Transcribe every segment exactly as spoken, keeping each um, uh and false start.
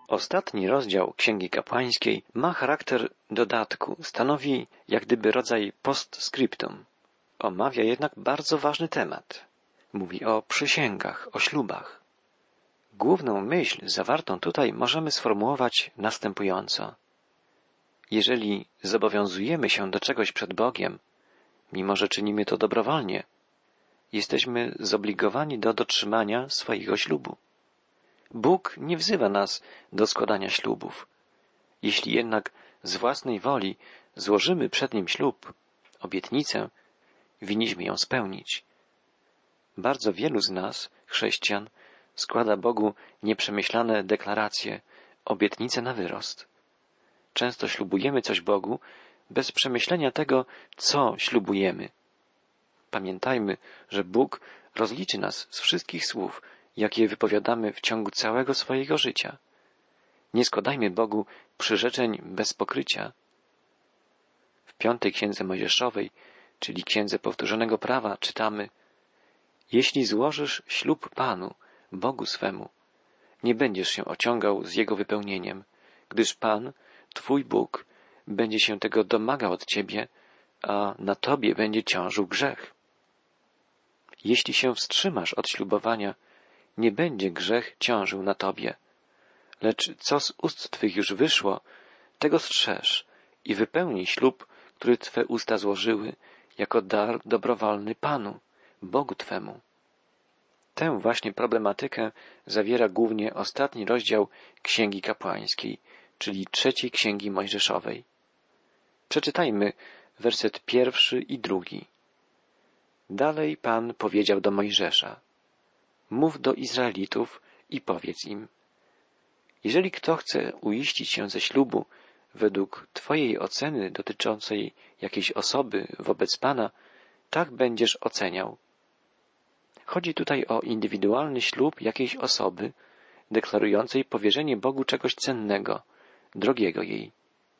Ostatni rozdział Księgi Kapłańskiej ma charakter dodatku, stanowi jak gdyby rodzaj postscriptum. Omawia jednak bardzo ważny temat. Mówi o przysięgach, o ślubach. Główną myśl zawartą tutaj możemy sformułować następująco. Jeżeli zobowiązujemy się do czegoś przed Bogiem, mimo że czynimy to dobrowolnie, jesteśmy zobligowani do dotrzymania swojego ślubu. Bóg nie wzywa nas do składania ślubów. Jeśli jednak z własnej woli złożymy przed Nim ślub, obietnicę, winniśmy ją spełnić. Bardzo wielu z nas, chrześcijan, składa Bogu nieprzemyślane deklaracje, obietnice na wyrost. Często ślubujemy coś Bogu bez przemyślenia tego, co ślubujemy. Pamiętajmy, że Bóg rozliczy nas z wszystkich słów, jakie wypowiadamy w ciągu całego swojego życia. Nie składajmy Bogu przyrzeczeń bez pokrycia. W piątej Księdze Mojżeszowej, czyli Księdze Powtórzonego Prawa, czytamy: Jeśli złożysz ślub Panu, Bogu swemu, nie będziesz się ociągał z jego wypełnieniem, gdyż Pan, Twój Bóg, będzie się tego domagał od Ciebie, a na Tobie będzie ciążył grzech. Jeśli się wstrzymasz od ślubowania, nie będzie grzech ciążył na Tobie. Lecz co z ust Twych już wyszło, tego strzeż i wypełnij ślub, który Twe usta złożyły, jako dar dobrowolny Panu, Bogu Twemu. Tę właśnie problematykę zawiera głównie ostatni rozdział Księgi Kapłańskiej, czyli trzeciej Księgi Mojżeszowej. Przeczytajmy werset pierwszy i drugi. Dalej Pan powiedział do Mojżesza: Mów do Izraelitów i powiedz im: Jeżeli kto chce uiścić się ze ślubu według Twojej oceny dotyczącej jakiejś osoby wobec Pana, tak będziesz oceniał. Chodzi tutaj o indywidualny ślub jakiejś osoby, deklarującej powierzenie Bogu czegoś cennego, drogiego jej.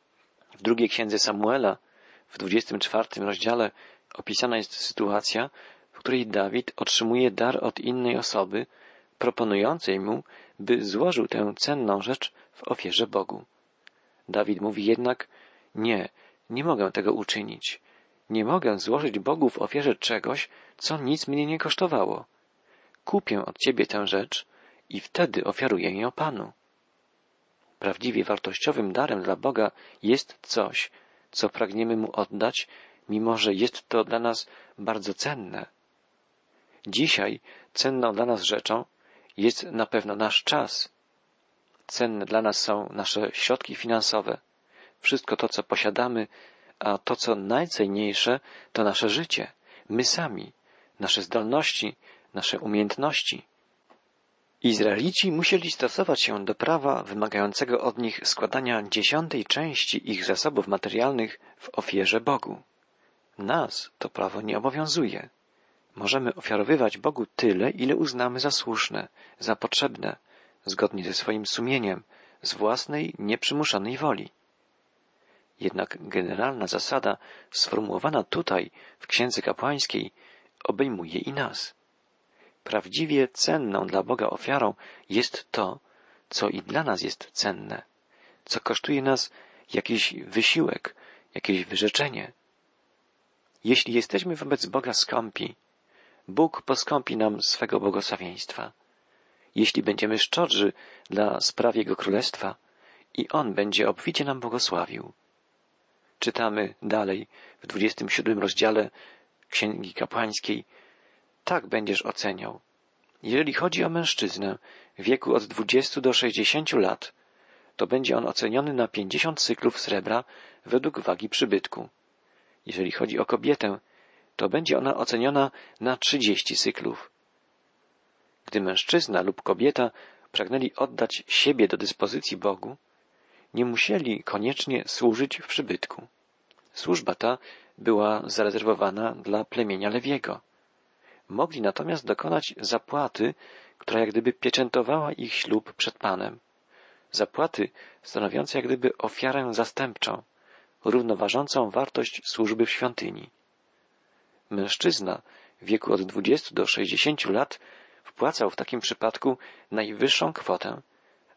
W drugiej księdze Samuela, w dwudziestym czwartym rozdziale, opisana jest sytuacja, w której Dawid otrzymuje dar od innej osoby, proponującej mu, by złożył tę cenną rzecz w ofierze Bogu. Dawid mówi jednak: nie, nie mogę tego uczynić. Nie mogę złożyć Bogu w ofierze czegoś, co nic mnie nie kosztowało. Kupię od Ciebie tę rzecz i wtedy ofiaruję ją Panu. Prawdziwie wartościowym darem dla Boga jest coś, co pragniemy Mu oddać, mimo że jest to dla nas bardzo cenne. Dzisiaj cenną dla nas rzeczą jest na pewno nasz czas. Cenne dla nas są nasze środki finansowe, wszystko to, co posiadamy, a to, co najcenniejsze, to nasze życie, my sami, nasze zdolności, nasze umiejętności. Izraelici musieli stosować się do prawa wymagającego od nich składania dziesiątej części ich zasobów materialnych w ofierze Bogu. Nas to prawo nie obowiązuje. Możemy ofiarowywać Bogu tyle, ile uznamy za słuszne, za potrzebne, zgodnie ze swoim sumieniem, z własnej, nieprzymuszonej woli. Jednak generalna zasada sformułowana tutaj w Księdze Kapłańskiej obejmuje i nas. Prawdziwie cenną dla Boga ofiarą jest to, co i dla nas jest cenne, co kosztuje nas jakiś wysiłek, jakieś wyrzeczenie. Jeśli jesteśmy wobec Boga skąpi, Bóg poskąpi nam swego błogosławieństwa. Jeśli będziemy szczodrzy dla spraw Jego Królestwa, i On będzie obficie nam błogosławił. Czytamy dalej w dwudziestym siódmym rozdziale Księgi Kapłańskiej: Tak będziesz oceniał. Jeżeli chodzi o mężczyznę w wieku od dwudziestu do sześćdziesięciu lat, to będzie on oceniony na pięćdziesiąt cyklów srebra według wagi przybytku. Jeżeli chodzi o kobietę, to będzie ona oceniona na trzydzieści cyklów. Gdy mężczyzna lub kobieta pragnęli oddać siebie do dyspozycji Bogu, nie musieli koniecznie służyć w przybytku. Służba ta była zarezerwowana dla plemienia Lewiego. Mogli natomiast dokonać zapłaty, która jak gdyby pieczętowała ich ślub przed Panem. Zapłaty stanowiącej jak gdyby ofiarę zastępczą, równoważącą wartość służby w świątyni. Mężczyzna w wieku od dwudziestu do sześćdziesięciu lat wpłacał w takim przypadku najwyższą kwotę,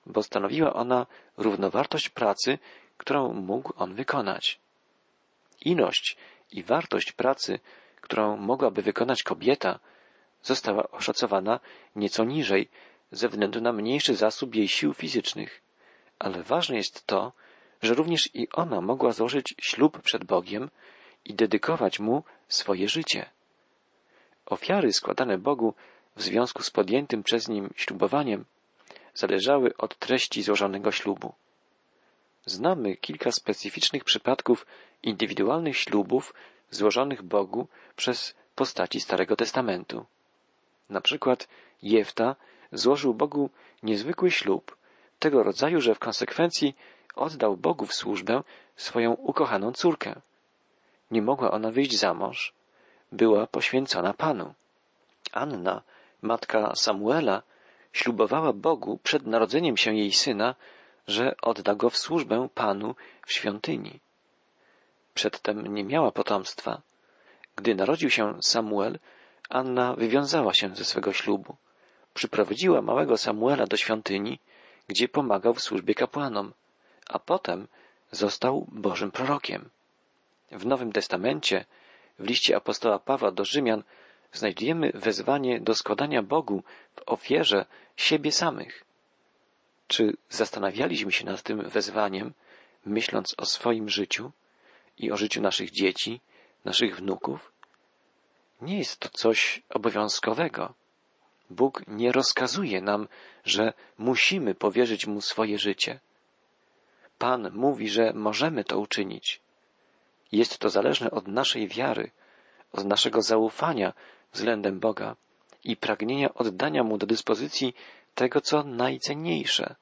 bo stanowiła ona równowartość pracy, którą mógł on wykonać. Ilość i wartość pracy, którą mogłaby wykonać kobieta, została oszacowana nieco niżej ze względu na mniejszy zasób jej sił fizycznych, ale ważne jest to, że również i ona mogła złożyć ślub przed Bogiem i dedykować Mu swoje życie. Ofiary składane Bogu w związku z podjętym przez Nim ślubowaniem zależały od treści złożonego ślubu. Znamy kilka specyficznych przypadków indywidualnych ślubów złożonych Bogu przez postaci Starego Testamentu. Na przykład Jefta złożył Bogu niezwykły ślub, tego rodzaju, że w konsekwencji oddał Bogu w służbę swoją ukochaną córkę. Nie mogła ona wyjść za mąż, była poświęcona Panu. Anna, matka Samuela, ślubowała Bogu przed narodzeniem się jej syna, że odda go w służbę Panu w świątyni. Przedtem nie miała potomstwa. Gdy narodził się Samuel, Anna wywiązała się ze swego ślubu. Przyprowadziła małego Samuela do świątyni, gdzie pomagał w służbie kapłanom, a potem został Bożym prorokiem. W Nowym Testamencie, w liście apostoła Pawła do Rzymian, znajdujemy wezwanie do składania Bogu w ofierze siebie samych. Czy zastanawialiśmy się nad tym wezwaniem, myśląc o swoim życiu i o życiu naszych dzieci, naszych wnuków? Nie jest to coś obowiązkowego. Bóg nie rozkazuje nam, że musimy powierzyć Mu swoje życie. Pan mówi, że możemy to uczynić. Jest to zależne od naszej wiary, od naszego zaufania względem Boga i pragnienia oddania Mu do dyspozycji tego, co najcenniejsze.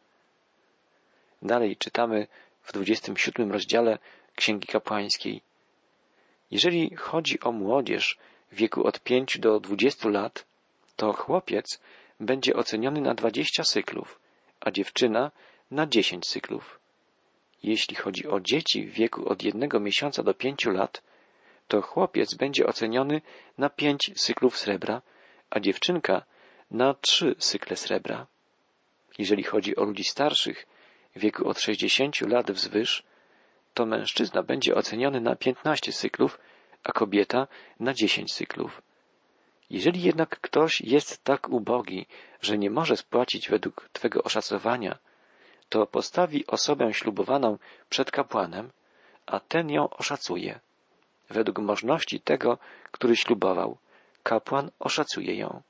Dalej czytamy w dwudziestym siódmym rozdziale Księgi Kapłańskiej. Jeżeli chodzi o młodzież w wieku od pięciu do dwudziestu lat, to chłopiec będzie oceniony na dwadzieścia syklów, a dziewczyna na dziesięć syklów. Jeśli chodzi o dzieci w wieku od jednego miesiąca do pięciu lat, to chłopiec będzie oceniony na pięć syklów srebra, a dziewczynka na trzy sykle srebra. Jeżeli chodzi o ludzi starszych w wieku od sześćdziesięciu lat wzwyż, to mężczyzna będzie oceniony na piętnaście syklów, a kobieta na dziesięć syklów. Jeżeli jednak ktoś jest tak ubogi, że nie może spłacić według Twego oszacowania, to postawi osobę ślubowaną przed kapłanem, a ten ją oszacuje. Według możności tego, który ślubował, kapłan oszacuje ją.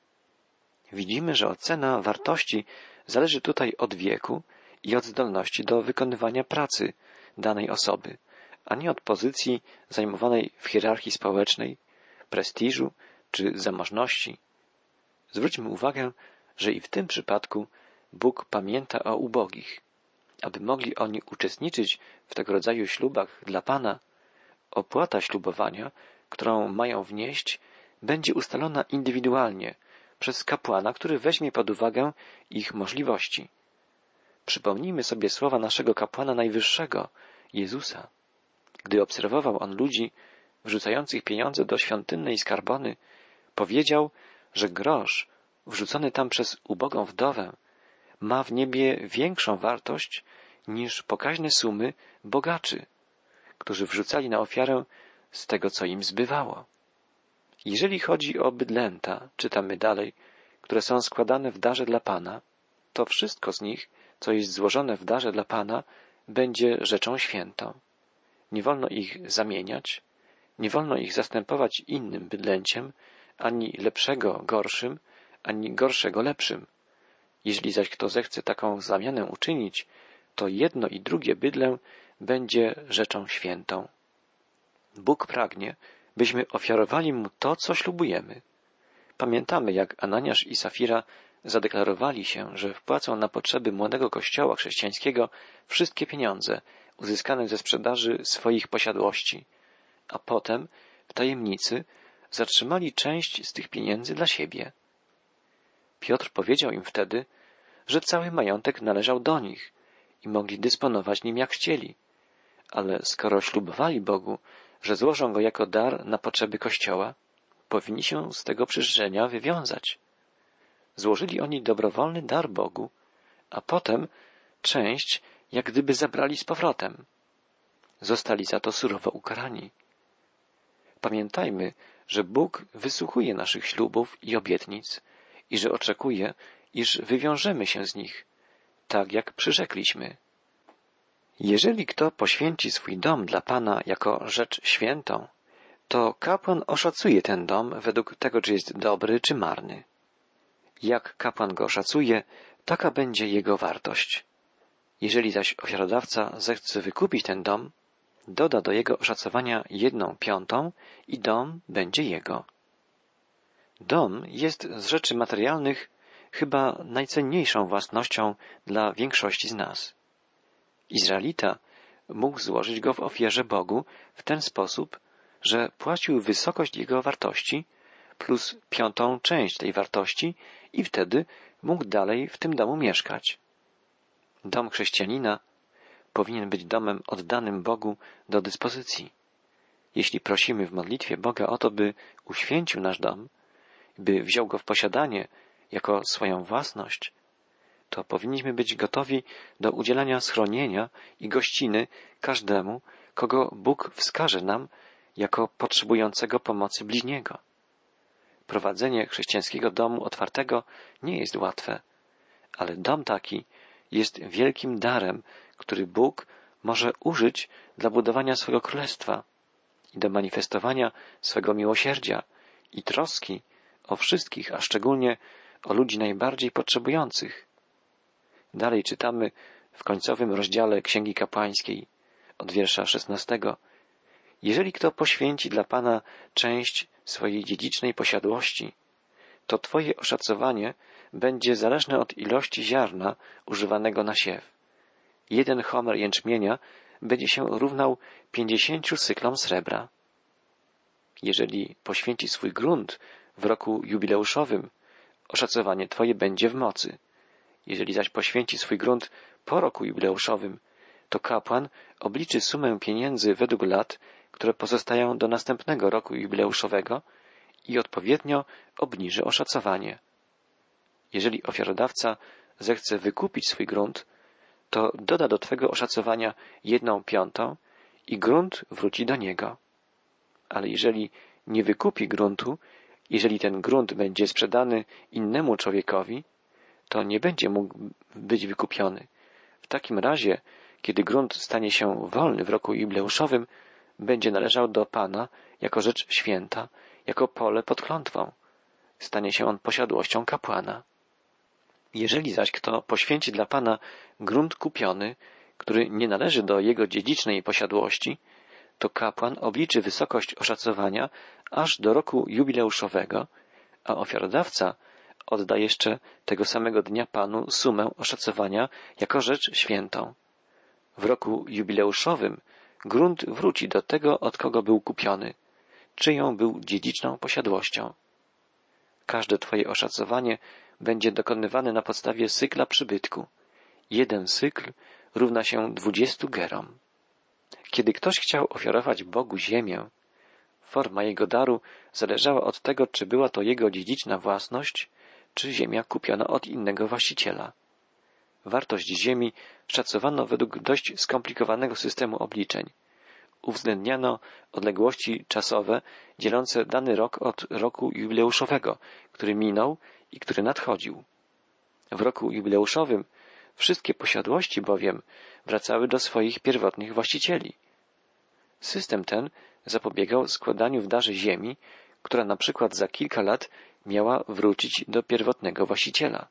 Widzimy, że ocena wartości zależy tutaj od wieku i od zdolności do wykonywania pracy danej osoby, a nie od pozycji zajmowanej w hierarchii społecznej, prestiżu czy zamożności. Zwróćmy uwagę, że i w tym przypadku Bóg pamięta o ubogich. Aby mogli oni uczestniczyć w tego rodzaju ślubach dla Pana, opłata ślubowania, którą mają wnieść, będzie ustalona indywidualnie przez kapłana, który weźmie pod uwagę ich możliwości. Przypomnijmy sobie słowa naszego kapłana najwyższego, Jezusa. Gdy obserwował on ludzi wrzucających pieniądze do świątynnej skarbony, powiedział, że grosz wrzucony tam przez ubogą wdowę ma w niebie większą wartość niż pokaźne sumy bogaczy, którzy wrzucali na ofiarę z tego, co im zbywało. Jeżeli chodzi o bydlęta, czytamy dalej, które są składane w darze dla Pana, to wszystko z nich, co jest złożone w darze dla Pana, będzie rzeczą świętą. Nie wolno ich zamieniać, nie wolno ich zastępować innym bydlęciem, ani lepszego gorszym, ani gorszego lepszym. Jeśli zaś kto zechce taką zamianę uczynić, to jedno i drugie bydlę będzie rzeczą świętą. Bóg pragnie, byśmy ofiarowali Mu to, co ślubujemy. Pamiętamy, jak Ananiasz i Safira zadeklarowali się, że wpłacą na potrzeby młodego kościoła chrześcijańskiego wszystkie pieniądze uzyskane ze sprzedaży swoich posiadłości, a potem w tajemnicy zatrzymali część z tych pieniędzy dla siebie. Piotr powiedział im wtedy, że cały majątek należał do nich i mogli dysponować nim jak chcieli, ale skoro ślubowali Bogu, że złożą go jako dar na potrzeby Kościoła, powinni się z tego przyrzeczenia wywiązać. Złożyli oni dobrowolny dar Bogu, a potem część jak gdyby zabrali z powrotem. Zostali za to surowo ukarani. Pamiętajmy, że Bóg wysłuchuje naszych ślubów i obietnic i że oczekuje, iż wywiążemy się z nich, tak jak przyrzekliśmy. Jeżeli kto poświęci swój dom dla Pana jako rzecz świętą, to kapłan oszacuje ten dom według tego, czy jest dobry, czy marny. Jak kapłan go oszacuje, taka będzie jego wartość. Jeżeli zaś ofiarodawca zechce wykupić ten dom, doda do jego oszacowania jedną piątą i dom będzie jego. Dom jest z rzeczy materialnych chyba najcenniejszą własnością dla większości z nas. Izraelita mógł złożyć go w ofierze Bogu w ten sposób, że płacił wysokość jego wartości plus piątą część tej wartości i wtedy mógł dalej w tym domu mieszkać. Dom chrześcijanina powinien być domem oddanym Bogu do dyspozycji. Jeśli prosimy w modlitwie Boga o to, by uświęcił nasz dom, by wziął go w posiadanie jako swoją własność, to powinniśmy być gotowi do udzielania schronienia i gościny każdemu, kogo Bóg wskaże nam jako potrzebującego pomocy bliźniego. Prowadzenie chrześcijańskiego domu otwartego nie jest łatwe, ale dom taki jest wielkim darem, który Bóg może użyć dla budowania swego królestwa i do manifestowania swego miłosierdzia i troski o wszystkich, a szczególnie o ludzi najbardziej potrzebujących. Dalej czytamy w końcowym rozdziale Księgi Kapłańskiej od wiersza szesnastego. Jeżeli kto poświęci dla Pana część swojej dziedzicznej posiadłości, to Twoje oszacowanie będzie zależne od ilości ziarna używanego na siew. Jeden homer jęczmienia będzie się równał pięćdziesięciu syklom srebra. Jeżeli poświęci swój grunt w roku jubileuszowym, oszacowanie Twoje będzie w mocy. Jeżeli zaś poświęci swój grunt po roku jubileuszowym, to kapłan obliczy sumę pieniędzy według lat, które pozostają do następnego roku jubileuszowego i odpowiednio obniży oszacowanie. Jeżeli ofiarodawca zechce wykupić swój grunt, to doda do Twego oszacowania jedną piątą i grunt wróci do niego. Ale jeżeli nie wykupi gruntu, jeżeli ten grunt będzie sprzedany innemu człowiekowi, to nie będzie mógł być wykupiony. W takim razie, kiedy grunt stanie się wolny w roku jubileuszowym, będzie należał do Pana jako rzecz święta, jako pole pod klątwą. Stanie się on posiadłością kapłana. Jeżeli zaś kto poświęci dla Pana grunt kupiony, który nie należy do jego dziedzicznej posiadłości, to kapłan obliczy wysokość oszacowania aż do roku jubileuszowego, a ofiarodawca odda jeszcze tego samego dnia Panu sumę oszacowania jako rzecz świętą. W roku jubileuszowym grunt wróci do tego, od kogo był kupiony, czyją był dziedziczną posiadłością. Każde Twoje oszacowanie będzie dokonywane na podstawie cykla przybytku. Jeden cykl równa się dwudziestu gerom. Kiedy ktoś chciał ofiarować Bogu ziemię, forma jego daru zależała od tego, czy była to jego dziedziczna własność, czy ziemia kupiona od innego właściciela. Wartość ziemi szacowano według dość skomplikowanego systemu obliczeń. Uwzględniano odległości czasowe dzielące dany rok od roku jubileuszowego, który minął i który nadchodził. W roku jubileuszowym wszystkie posiadłości bowiem wracały do swoich pierwotnych właścicieli. System ten zapobiegał składaniu w darze ziemi, która na przykład za kilka lat miała wrócić do pierwotnego właściciela.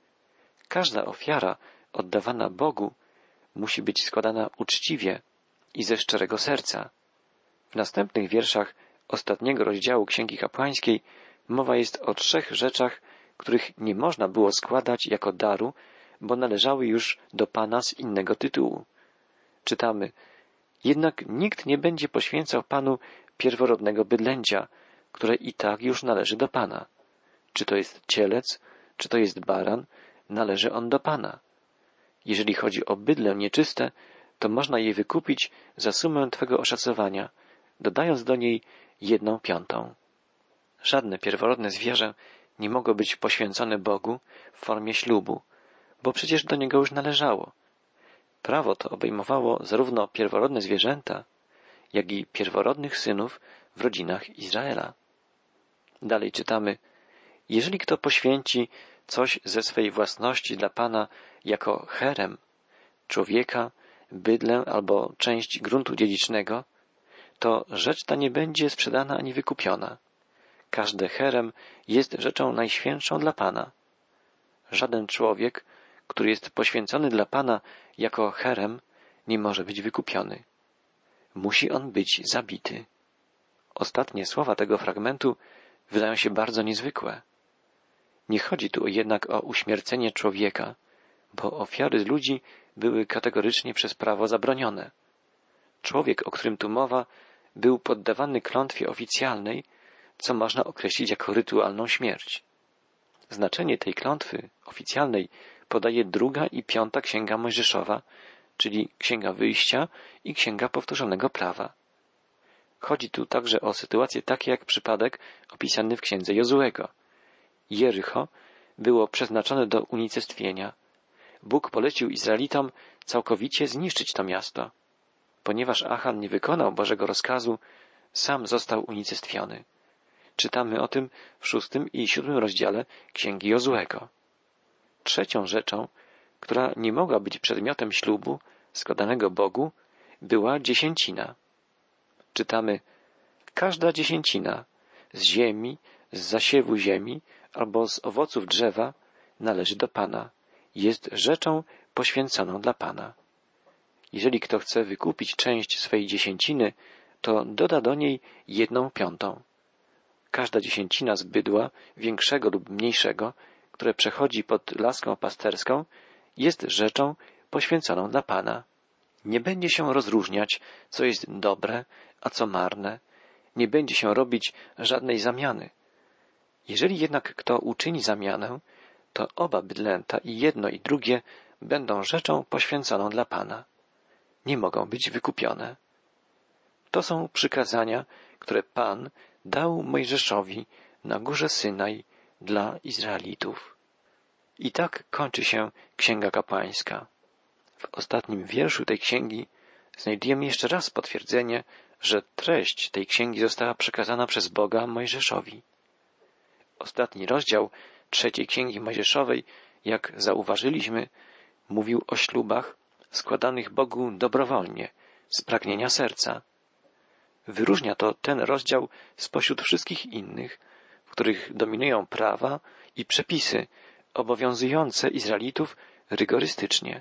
Każda ofiara oddawana Bogu musi być składana uczciwie i ze szczerego serca. W następnych wierszach ostatniego rozdziału Księgi Kapłańskiej mowa jest o trzech rzeczach, których nie można było składać jako daru, bo należały już do Pana z innego tytułu. Czytamy: jednak nikt nie będzie poświęcał Panu pierworodnego bydlęcia, które i tak już należy do Pana. Czy to jest cielec, czy to jest baran, należy on do Pana. Jeżeli chodzi o bydlę nieczyste, to można je wykupić za sumę Twego oszacowania, dodając do niej jedną piątą. Żadne pierworodne zwierzę nie mogło być poświęcone Bogu w formie ślubu, bo przecież do niego już należało. Prawo to obejmowało zarówno pierworodne zwierzęta, jak i pierworodnych synów w rodzinach Izraela. Dalej czytamy: jeżeli kto poświęci coś ze swej własności dla Pana jako cherem, człowieka, bydlę albo część gruntu dziedzicznego, to rzecz ta nie będzie sprzedana ani wykupiona. Każde cherem jest rzeczą najświętszą dla Pana. Żaden człowiek, który jest poświęcony dla Pana jako cherem, nie może być wykupiony. Musi on być zabity. Ostatnie słowa tego fragmentu wydają się bardzo niezwykłe. Nie chodzi tu jednak o uśmiercenie człowieka, bo ofiary ludzi były kategorycznie przez prawo zabronione. Człowiek, o którym tu mowa, był poddawany klątwie oficjalnej, co można określić jako rytualną śmierć. Znaczenie tej klątwy oficjalnej podaje druga i piąta Księga Mojżeszowa, czyli Księga Wyjścia i Księga Powtórzonego Prawa. Chodzi tu także o sytuacje takie jak przypadek opisany w Księdze Jozuego. Jericho było przeznaczone do unicestwienia. Bóg polecił Izraelitom całkowicie zniszczyć to miasto. Ponieważ Achan nie wykonał Bożego rozkazu, sam został unicestwiony. Czytamy o tym w szóstym i siódmym rozdziale Księgi Jozuego. Trzecią rzeczą, która nie mogła być przedmiotem ślubu składanego Bogu, była dziesięcina. Czytamy: każda dziesięcina z ziemi, z zasiewu ziemi albo z owoców drzewa należy do Pana. Jest rzeczą poświęconą dla Pana. Jeżeli kto chce wykupić część swej dziesięciny, to doda do niej jedną piątą. Każda dziesięcina z bydła, większego lub mniejszego, które przechodzi pod laską pasterską, jest rzeczą poświęconą dla Pana. Nie będzie się rozróżniać, co jest dobre, a co marne. Nie będzie się robić żadnej zamiany. Jeżeli jednak kto uczyni zamianę, to oba bydlęta, i jedno i drugie, będą rzeczą poświęconą dla Pana. Nie mogą być wykupione. To są przykazania, które Pan dał Mojżeszowi na górze Synaj dla Izraelitów. I tak kończy się Księga Kapłańska. W ostatnim wierszu tej księgi znajdujemy jeszcze raz potwierdzenie, że treść tej księgi została przekazana przez Boga Mojżeszowi. Ostatni rozdział trzeciej Księgi Mojżeszowej, jak zauważyliśmy, mówił o ślubach składanych Bogu dobrowolnie, z pragnienia serca. Wyróżnia to ten rozdział spośród wszystkich innych, w których dominują prawa i przepisy obowiązujące Izraelitów rygorystycznie.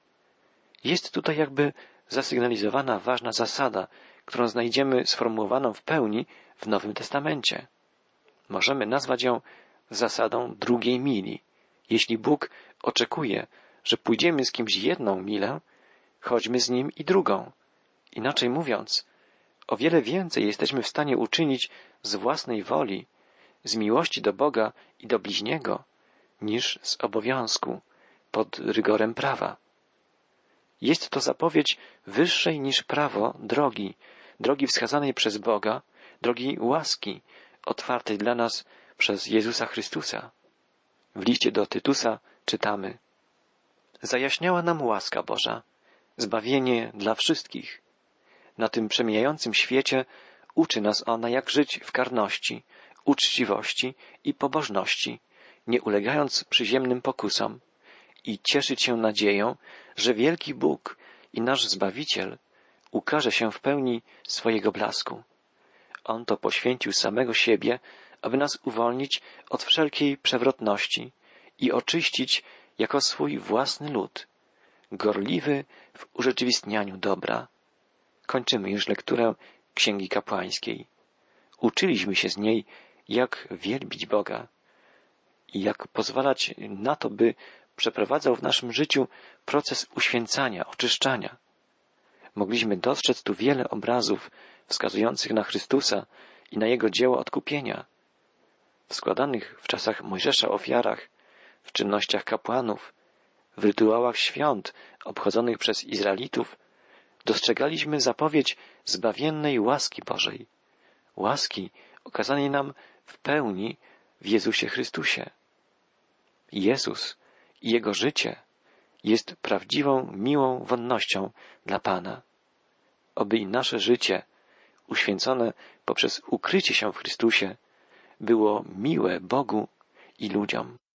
Jest tutaj jakby zasygnalizowana ważna zasada, którą znajdziemy sformułowaną w pełni w Nowym Testamencie. Możemy nazwać ją zasadą drugiej mili. Jeśli Bóg oczekuje, że pójdziemy z kimś jedną milę, chodźmy z nim i drugą. Inaczej mówiąc, o wiele więcej jesteśmy w stanie uczynić z własnej woli, z miłości do Boga i do bliźniego, niż z obowiązku, pod rygorem prawa. Jest to zapowiedź wyższej niż prawo drogi, drogi wskazanej przez Boga, drogi łaski, otwartej dla nas przez Jezusa Chrystusa. W liście do Tytusa czytamy: zajaśniała nam łaska Boża, zbawienie dla wszystkich. Na tym przemijającym świecie uczy nas ona, jak żyć w karności, uczciwości i pobożności, nie ulegając przyziemnym pokusom, i cieszyć się nadzieją, że wielki Bóg i nasz Zbawiciel ukaże się w pełni swojego blasku. On to poświęcił samego siebie, aby nas uwolnić od wszelkiej przewrotności i oczyścić jako swój własny lud, gorliwy w urzeczywistnianiu dobra. Kończymy już lekturę Księgi Kapłańskiej. Uczyliśmy się z niej, jak wielbić Boga i jak pozwalać na to, by przeprowadzał w naszym życiu proces uświęcania, oczyszczania. Mogliśmy dostrzec tu wiele obrazów wskazujących na Chrystusa i na Jego dzieło odkupienia. W składanych w czasach Mojżesza ofiarach, w czynnościach kapłanów, w rytuałach świąt obchodzonych przez Izraelitów dostrzegaliśmy zapowiedź zbawiennej łaski Bożej, łaski okazanej nam w pełni w Jezusie Chrystusie. Jezus i Jego życie jest prawdziwą, miłą wonnością dla Pana. Oby i nasze życie, uświęcone poprzez ukrycie się w Chrystusie, było miłe Bogu i ludziom.